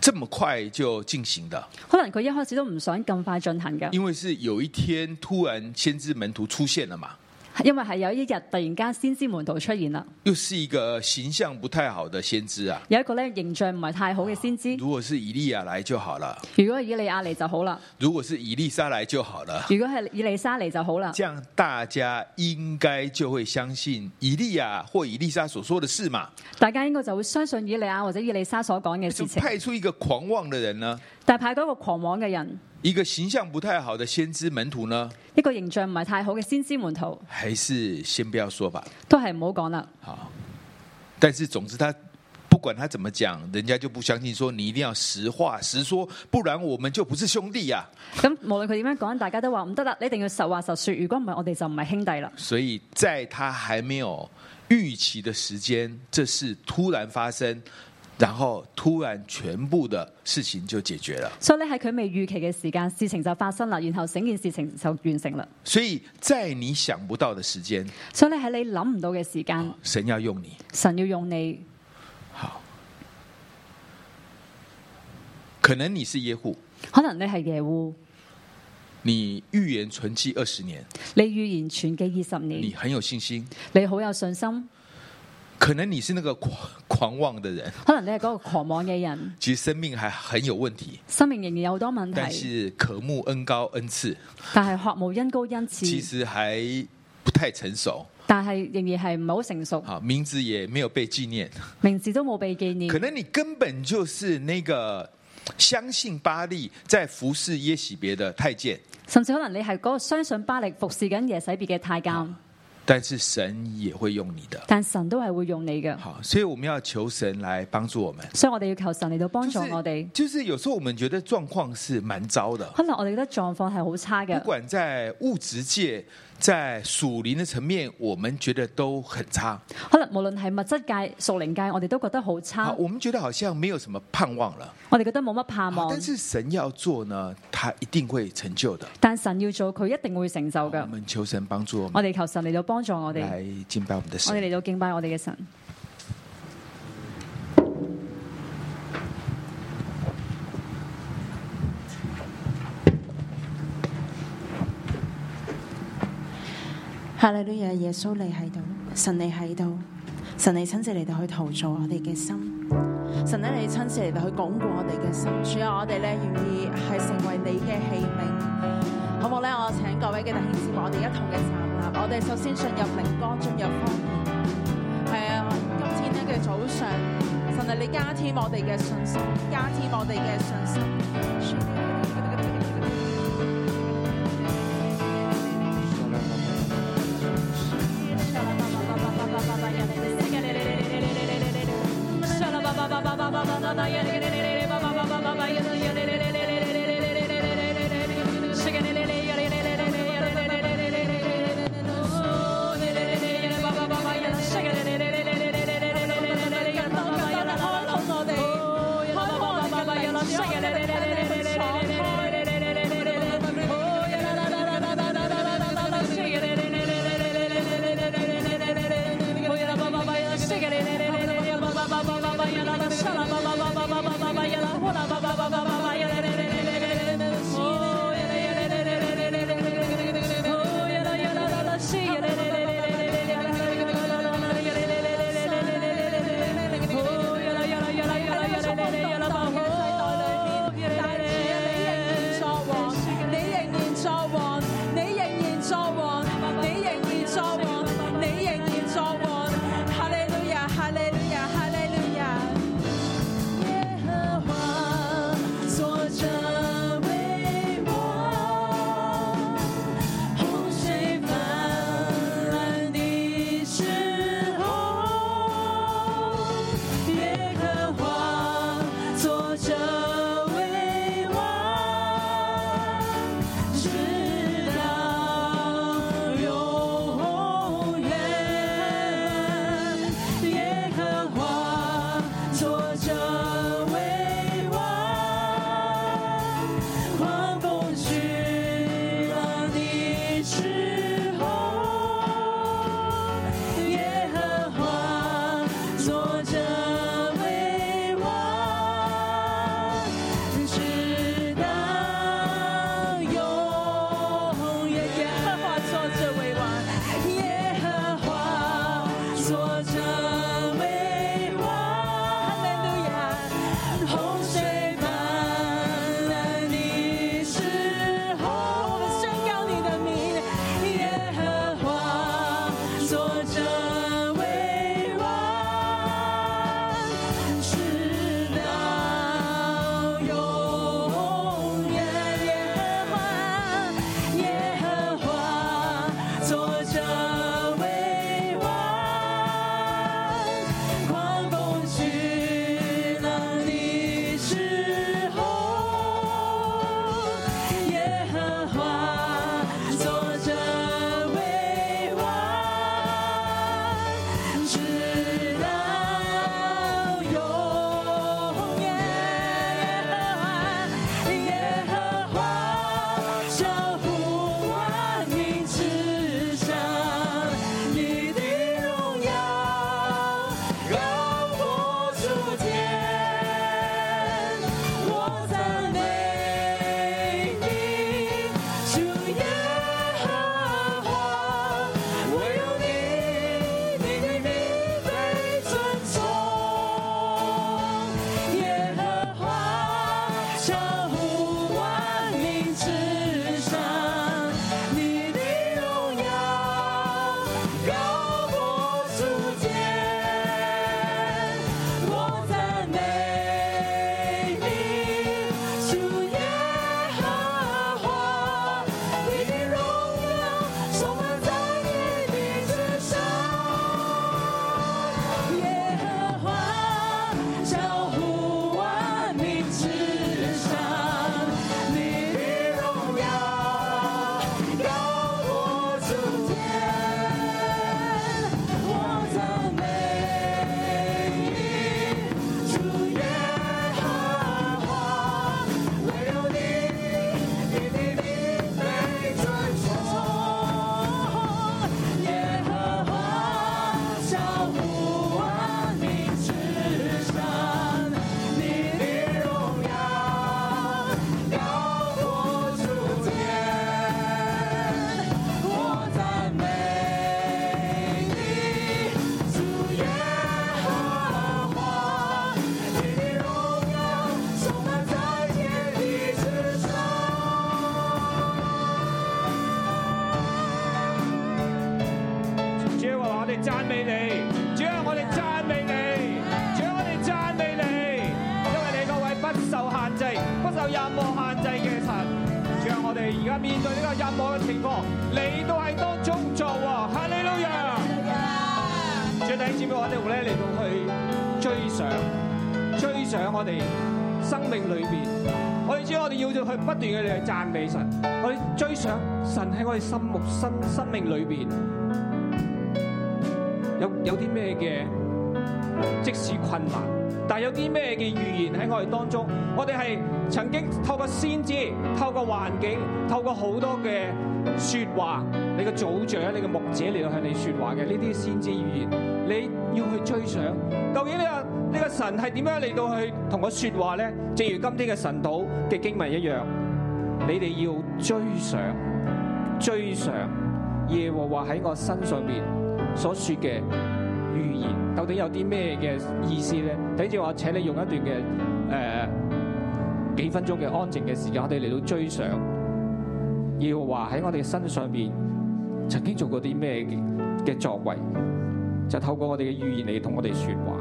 这麼快就進行的， 可能佢一開始都唔想咁快進行嘅， 因為是有一天突然先知門徒出現了嘛。 因為係有一日突然間先知門徒出現啦， 又是一個形象不太好的先知啊。 有一個咧形象唔係太好嘅先知。 如果是以利亞來就好了， 如果以利亞嚟就好啦， 如果是以利沙來就好了， 如果係以利沙嚟就好啦。 這樣大家應該就會相信以利亞或以利沙所說的事嘛。 大家應該就會相信以利亞或者以利沙所講嘅事情。 派出一個狂妄的人呢？ 但派嗰一個狂妄嘅人， 一個形象不太好的先知門徒呢？ 一個形象唔係太好嘅先知門徒， 還是先不要說吧， 都係唔好講啦。 好，但是總之他不管他怎麼講，人家就不相信，說你一定要實話實說，不然我們就不是兄弟呀。 咁無論佢點樣講，大家都話唔得啦，你一定要實話實說，如果唔係，我哋就唔係兄弟啦。 所以在他還沒有預期的時間，這事突然發生，然後突然全部的事情就解決了。 所以咧喺佢未預期嘅時間，事情就發生啦，然後整件事情就完成啦。 所以在你想不到的時間， 所以咧喺你諗唔到嘅時間， 神要用你， 神要用你。 好，可能你是耶戶， 可能你係耶戶， 你預言存記20年， 你預言存記20年， 你很有信心， 你好有信心。 可能你是那個狂妄的人， 可能你係嗰個狂妄嘅人， 其實生命還很有問題， 生命仍然有好多問題， 但是渴慕恩高恩賜， 但係渴慕恩高恩賜， 其實還不太成熟， 但係仍然係唔係好成熟， 好，名字也沒有被紀念， 名字都冇被紀念， 可能你根本就是那個相信巴力在服侍耶洗別的太監， 甚至可能你係嗰個相信巴力服侍緊耶洗別嘅太監， 但是神也會用你的， 但神都係會用你嘅。 好，所以我們要求神來幫助我們， 所以我哋要求神嚟到幫助我哋。 就是有時候我們覺得狀況是蠻糟的， 可能我哋覺得狀況係好差嘅， 不管在物質界，在屬靈的層面，我們覺得都很差。 可能無論係物質界、屬靈界，我哋都覺得好差。 我們覺得好像沒有什麼盼望了。 我哋覺得冇乜盼望。 但是神要做呢，他一定會成就的。 但神要做，佢一定會成就嘅。 我們求神幫助我們。 我哋求神嚟到幫助我哋， 來敬拜我們的神。 我哋嚟到敬拜我哋嘅神。 哈利路亞，耶穌你喺度，神你喺度，神你親自嚟到去陶造我哋嘅心，神咧你親自嚟到去鞏固我哋嘅心，主啊，我哋咧願意係成為你嘅器皿，好冇咧？我請各位嘅弟兄姊妹，我哋一同嘅站立，我哋首先進入靈歌，進入方言。係啊，今天呢嘅早上，神啊，你加添我哋嘅信心，加添我哋嘅信心。 家面對呢個任何嘅情況，你都喺當中做喎，哈利路亞！最弟兄姊妹，我哋會咧嚟到去追上我哋生命裏邊，我哋知我哋要去不斷嘅嚟讚美神，我哋追上神喺我哋生命裏邊有啲咩嘅，即使困難，但係有啲咩嘅預言喺我哋當中，我哋係曾經透過先知、透過環境、透過好多嘅説話，你嘅組長、你嘅牧者嚟到向你説話嘅呢啲先知預言，你要去追上。究竟呢個神係點樣嚟到去同我説話咧？正如今天嘅神禱嘅經文一樣，你哋要追上耶和華喺我身上邊所説嘅預言，究竟有啲咩嘅意思咧？等住我請你用一段嘅幾分鐘嘅安靜嘅時間，我哋嚟到追上耶和華喺我哋身上邊曾經做過啲咩嘅作為，就透過我哋嘅預言嚟同我哋説話。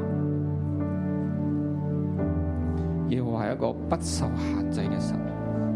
耶和華係一個不受限制嘅神。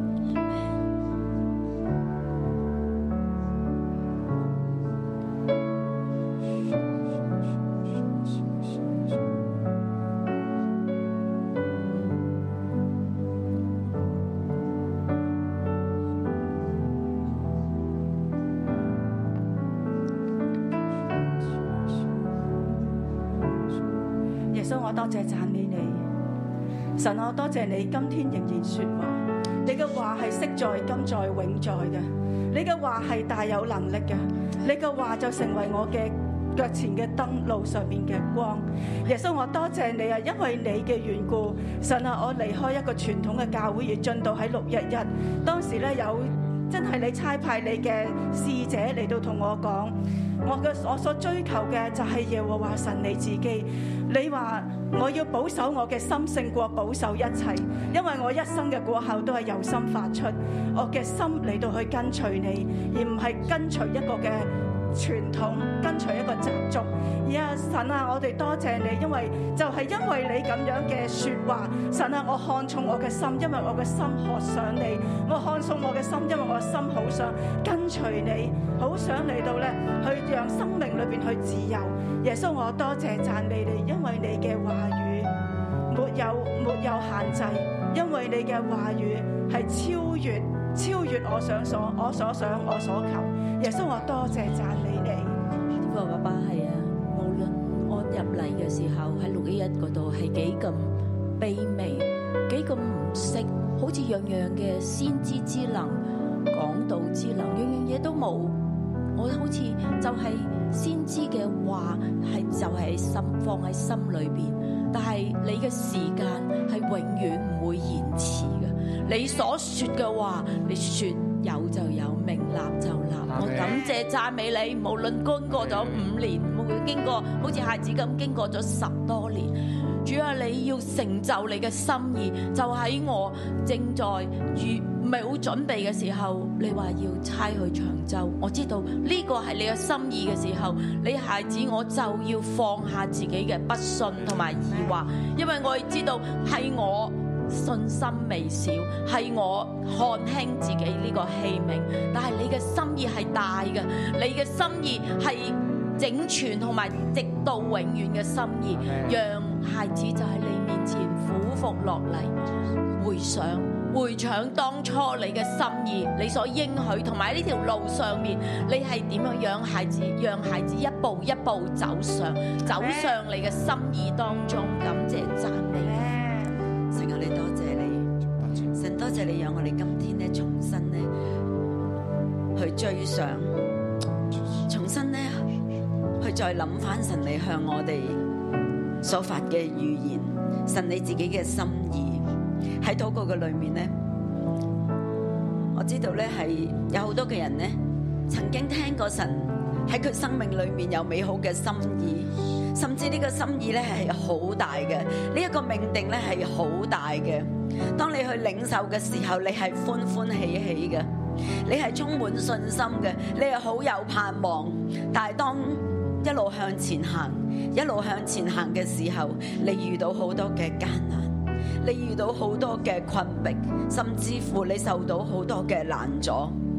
耶穌，我多謝讚美你。神，我多謝你今天仍然說話，你嘅話係昔在、今在、永在嘅，你嘅話係大有能力嘅，你嘅話就成為我嘅腳前嘅燈，路上面嘅光。耶穌，我多謝你啊，因為你嘅緣故，神啊，我離開一個傳統嘅教會而進到喺611，當時咧有真係你差派你嘅使者嚟到同我講，我所追求嘅就係耶和華神你自己。你話我要保守我嘅心勝過保守一切，因為我一生嘅過後都係由心發出，我嘅心嚟到去跟隨你，而唔係跟隨一個嘅傳統，跟隨一個習俗。神啊，我哋多謝你，因為就係因為你咁樣嘅說話，神啊，我看重我嘅心，因為我嘅心渴想你，我看重我嘅心，因為我嘅心好想跟隨你，好想嚟到咧去讓生命裏邊去自由。耶穌，我多謝讚美你，因為你嘅話語沒有限制，因為你嘅話語係超越我所想我所求。耶穌，我多謝讚美你。 呢個爸爸係啊，無論我入嚟嘅時候喺611嗰度係幾咁卑微，幾咁唔識，好似樣樣嘅先知之能、講道之能，樣樣嘢都冇。我好似就係先知嘅話係就係心放喺心裏邊，但係你嘅時間係永遠唔會延遲嘅。你所說嘅話，你說有就有，命立就立。我感謝讚美你，無論經過咗5年，無論經過好似孩子咁經過咗10多年，主啊，你要成就你嘅心意，就喺我正在未好準備嘅時候，你話要差去長洲，我知道呢個係你嘅心意嘅時候，你孩子我就要放下自己嘅不信同埋疑惑，因為我知道係我信心微小，係我看輕自己呢個器皿，但係你嘅心意係大嘅，你嘅心意係整全同埋直到永遠嘅心意，讓孩子就喺你面前俯伏落嚟，回想當初你嘅心意，你所應許同埋呢條路上面，你係點樣讓孩子一步一步走上你嘅心意當中。感謝讚美你， 神啊，你多謝你，神多謝你讓我哋今天咧重新咧去追上，重新咧去再諗翻神你向我哋所發嘅預言，神你自己嘅心意。喺禱告嘅裏面咧，我知道咧係有好多嘅人咧，曾經聽過神喺佢生命裏面有美好嘅心意，甚至呢個心意咧係好大嘅，呢一個命定咧係好大嘅。當你去領受嘅時候，你係歡歡喜喜嘅，你係充滿信心嘅，你係好有盼望。但係當一路向前行嘅時候，你遇到好多嘅艱難。你遇到好多嘅困迫，甚至乎你受到好多嘅難阻，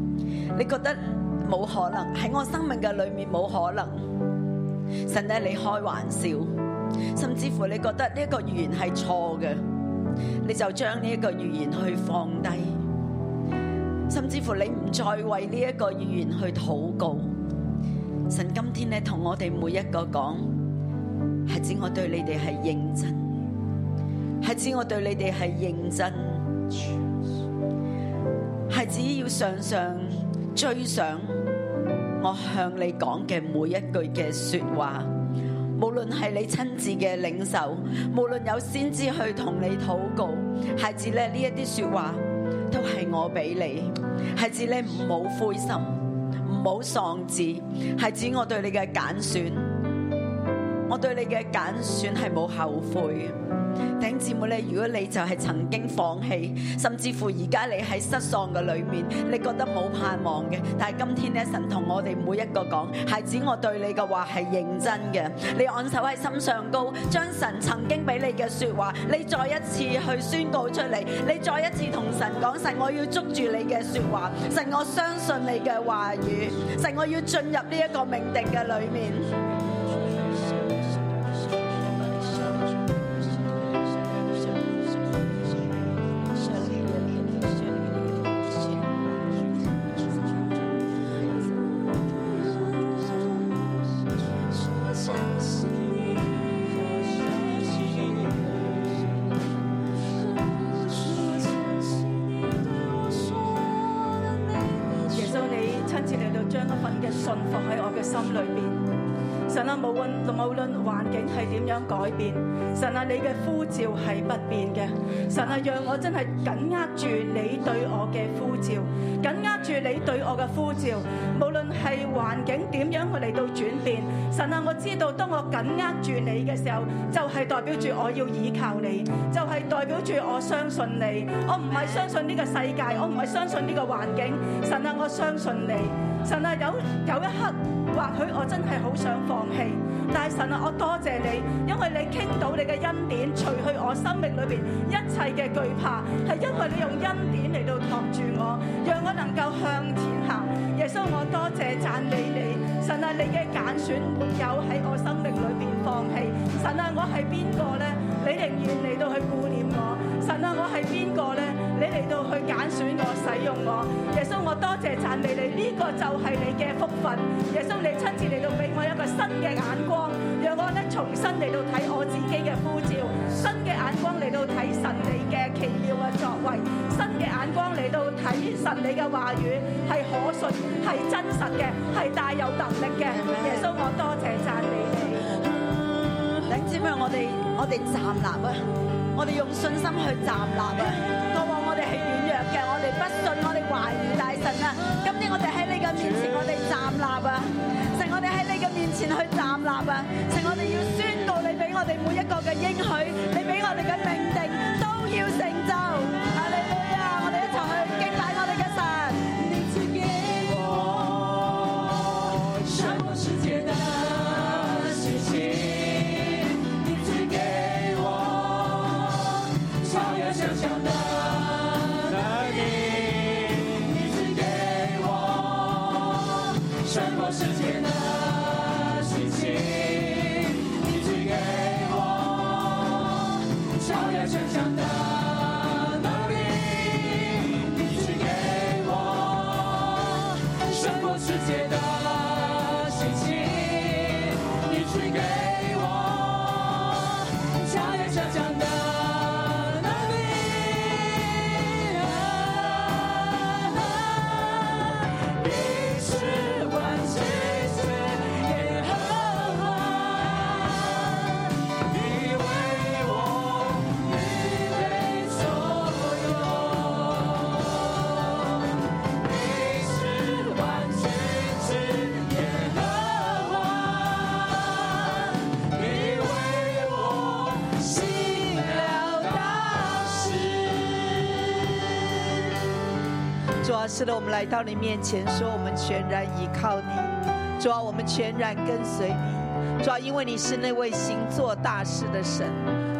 你覺得冇可能，喺我生命嘅裏面冇可能。神咧，你開玩笑，甚至乎你覺得呢一個預言係錯嘅，你就將呢一個預言去放低，甚至乎你唔再為呢一個預言去禱告。神今天咧同我哋每一個講，係指我對你哋係認真，係指我對你哋係認真，係指要常常追上我向你講嘅每一句嘅說話，無論係你親自嘅領受，無論有先知去同你禱告，孩子咧呢一啲說話都係我俾你，孩子咧唔好灰心，唔好喪志，孩子我對你嘅揀選，我對你嘅揀選係冇後悔嘅。弟兄姊妹咧，如果你就係曾經放棄，甚至乎而家你喺失喪嘅裏面，你覺得冇盼望嘅，但係今天咧，神同我哋每一個講，孩子，我對你嘅話係認真嘅，你按手喺心上高，將神曾經俾你嘅說話，你再一次去宣告出嚟，你再一次同神講，神，我要捉住你嘅說話，神，我相信你嘅話語，神，我要進入呢一個命定嘅裏面。 無論環境係點樣改變，神啊，你嘅呼召係不變嘅。神啊，讓我真係緊握住你對我嘅呼召，緊握住你對我嘅呼召。無論係環境點樣去嚟到轉變，神啊，我知道當我緊握住你嘅時候，就係代表住我要依靠你，就係代表住我相信你。我唔係相信呢個世界，我唔係相信呢個環境。神啊，我相信你。神啊，有一刻，或許我真係好想放棄，但係神啊，我多謝你，因為你傾倒你嘅恩典，除去我生命裏邊一切嘅懼怕，係因為你用恩典嚟到托住我，讓我能夠向前行。耶穌，我多謝讚美你。神啊，你嘅揀選沒有喺我生命裏邊放棄。神啊，我係邊個呢？你仍然嚟到去顧念我。神啊，我係邊個呢？你嚟到去揀選我，使用我。耶穌，我多謝讚美你，呢個就係你嘅福分。耶穌，你親自嚟到俾我一個新嘅眼光，讓我咧重新嚟到睇我自己嘅呼召，新嘅眼光嚟到睇神你嘅奇妙嘅作為，新嘅眼光嚟到睇神你嘅話語係可信、係真實嘅、係大有能力嘅。耶穌，我多謝讚美你。 弟兄姊妹，我哋站立啊！我哋用信心去站立啊！過往我哋係軟弱嘅，我哋不信，我哋懷疑，大神啊！今天我哋喺你嘅面前，我哋站立啊！神，我哋喺你嘅面前去站立啊！神，我哋要宣告你俾我哋每一個嘅應許，你俾我哋嘅命定都要成就。哈利路亞！我哋一齊去敬拜我哋嘅神。你賜給我勝過世界的信心。想象的能力，你赐給我勝過世界的信心，你賜給我超越想象的能力，你賜給我勝過世界的信心，你賜給我超越想象的。 是的，我们来到你面前，说我们全然依靠你，主啊，我们全然跟随你，主啊，因为你是那位行做大事的神，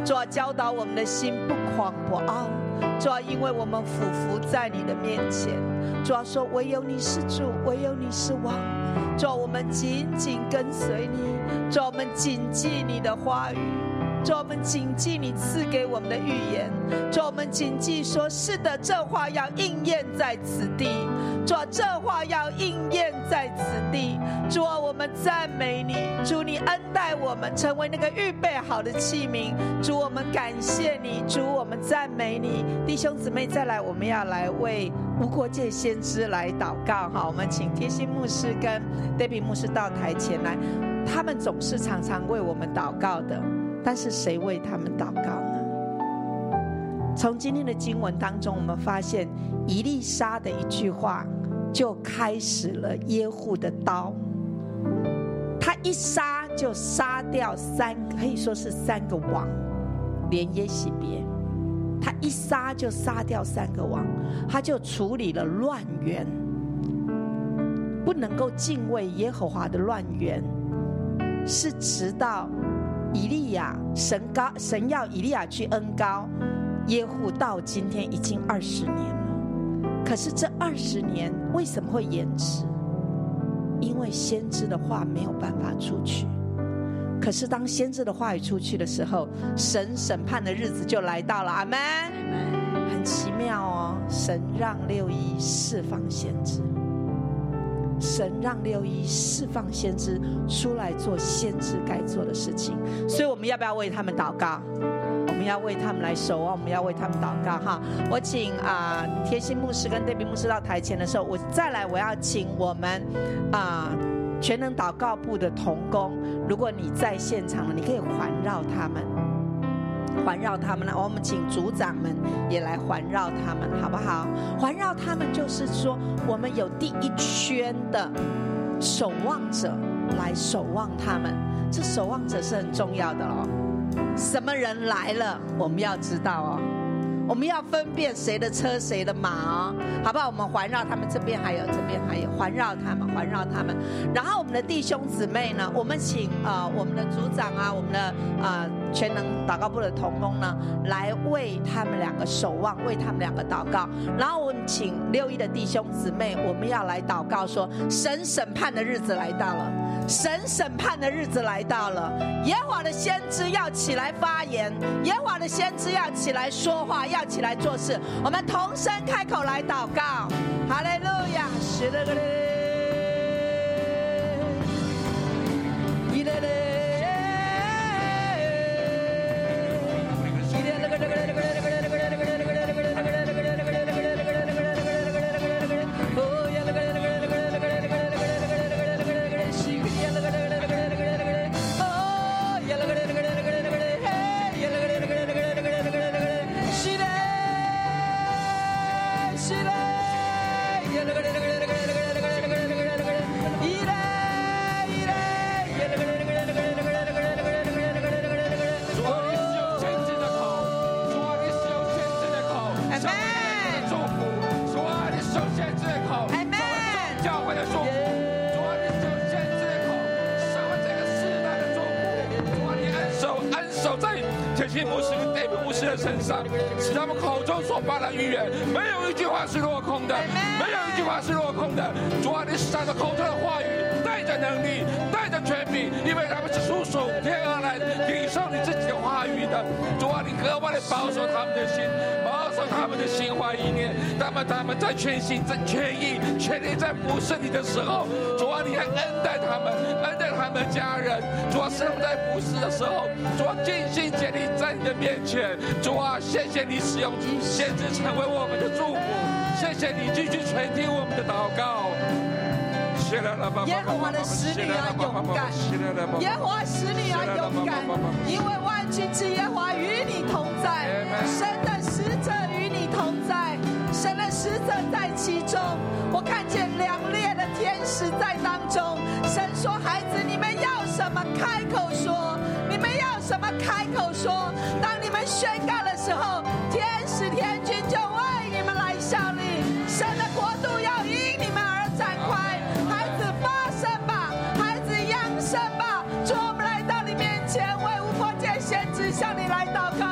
主啊，教导我们的心不狂不傲。主啊，因为我们俯伏在你的面前，主啊，说唯有你是主，唯有你是王。主啊，我们紧紧跟随你，主啊，我们谨记你的话语，主啊，我们谨记你赐给我们的预言，主啊，我们谨记说是的，这话要应验在此地，主啊，这话要应验在此地。主啊，我们赞美你，主，你恩待我们成为那个预备好的器皿。主，我们感谢你，主，我们赞美你。弟兄姊妹，再来，我们要来为无国界先知来祷告。好，我们请贴心牧师跟 Debbie 牧师到台前来。他们总是常常为我们祷告的，但是谁为他们祷告呢？从今天的经文当中，我们发现以利沙的一句话就开始了耶户的刀。他一杀就杀掉可以说是3个王，连耶洗别。他一杀就杀掉3个王，他就处理了乱源，不能够敬畏耶和华的乱源，是直到以利亚神要以利亚去恩膏耶户，到今天已经20年了。可是这20年为什么会延迟？因为先知的话没有办法出去。可是当先知的话语出去的时候，神审判的日子就来到了。阿们。很奇妙哦，神让6·1释放先知，神让6·1释放先知出来做先知该做的事情。所以我们要不要为他们祷告？我们要为他们来守望，我们要为他们祷告哈。我请贴心牧师跟 Debbie 牧师到台前的时候，我要请我们全能祷告部的同工，如果你在现场了，你可以环绕他们，我们请组长们也来环绕他们，好不好？环绕他们就是说，我们有第一圈的守望者来守望他们，这守望者是很重要的哦。什么人来了，我们要知道哦。我们要分辨谁的车谁的马哦，好不好？我们环绕他们，这边还有，环绕他们。然后我们的弟兄姊妹呢，我们请我们的组长啊，我们的全能祷告部的同工呢，来为他们2个守望，为他们2个祷告。然后我们请6·1的弟兄姊妹，我们要来祷告说，神审判的日子来到了。神审判的日子来到了，耶和华的先知要起来发言，耶和华的先知要起来说话，要起来做事。我们同声开口来祷告，哈利路亚！ 牧师跟 Debbie 牧师的身上，使他们口中所发的预言，没有一句话是落空的，没有一句话是落空的。主啊，你使他们口中的话语带着能力，带着权柄，因为他们是属天而来领受你自己的话语的。主啊，你格外的保守他们的心，保守他们的心怀意念。他们在全心、全意、全力在服侍你的时候，主啊，你还恩待他们，恩待他们的家人。主啊，使他们在服侍的时候，主啊，尽心竭力在你的面前。主啊，谢谢你使用先知成为我们的祝福，谢谢你继续垂听我们的祷告。 耶和华的使女啊，勇敢！耶和华使女啊，勇敢！因为万军之耶和华与你同在，神的使者与你同在，神的使者在其中。我看见2列的天使在当中。神说：“孩子，你们要什么，开口说；你们要什么，开口说。当你们宣告的时候，天使天军就为你们来效力。神的国度要因你们而展开。”向你来祷告。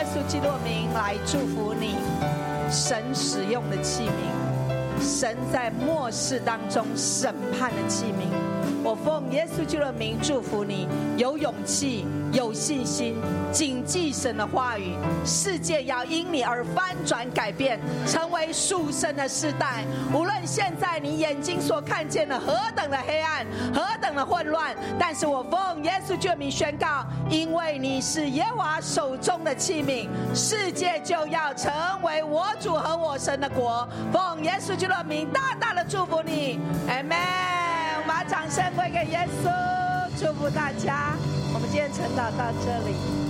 稣基督的名来祝福你，神使用的器皿，神在末世当中审判的器皿。我奉耶稣基督的名祝福你，有勇气，有信心，谨记神的话语，世界要因你而翻转改变，成为属神的世代。无论现在你眼睛所看见的何等的黑暗，何等的混乱，但是我奉耶稣基督的名宣告，因为你是耶和华手中的器皿，世界就要成为我主和我神的国。奉耶稣基督的名大大的祝福你，阿们。把掌声归给耶稣，祝福大家。我们今天晨祷到这里。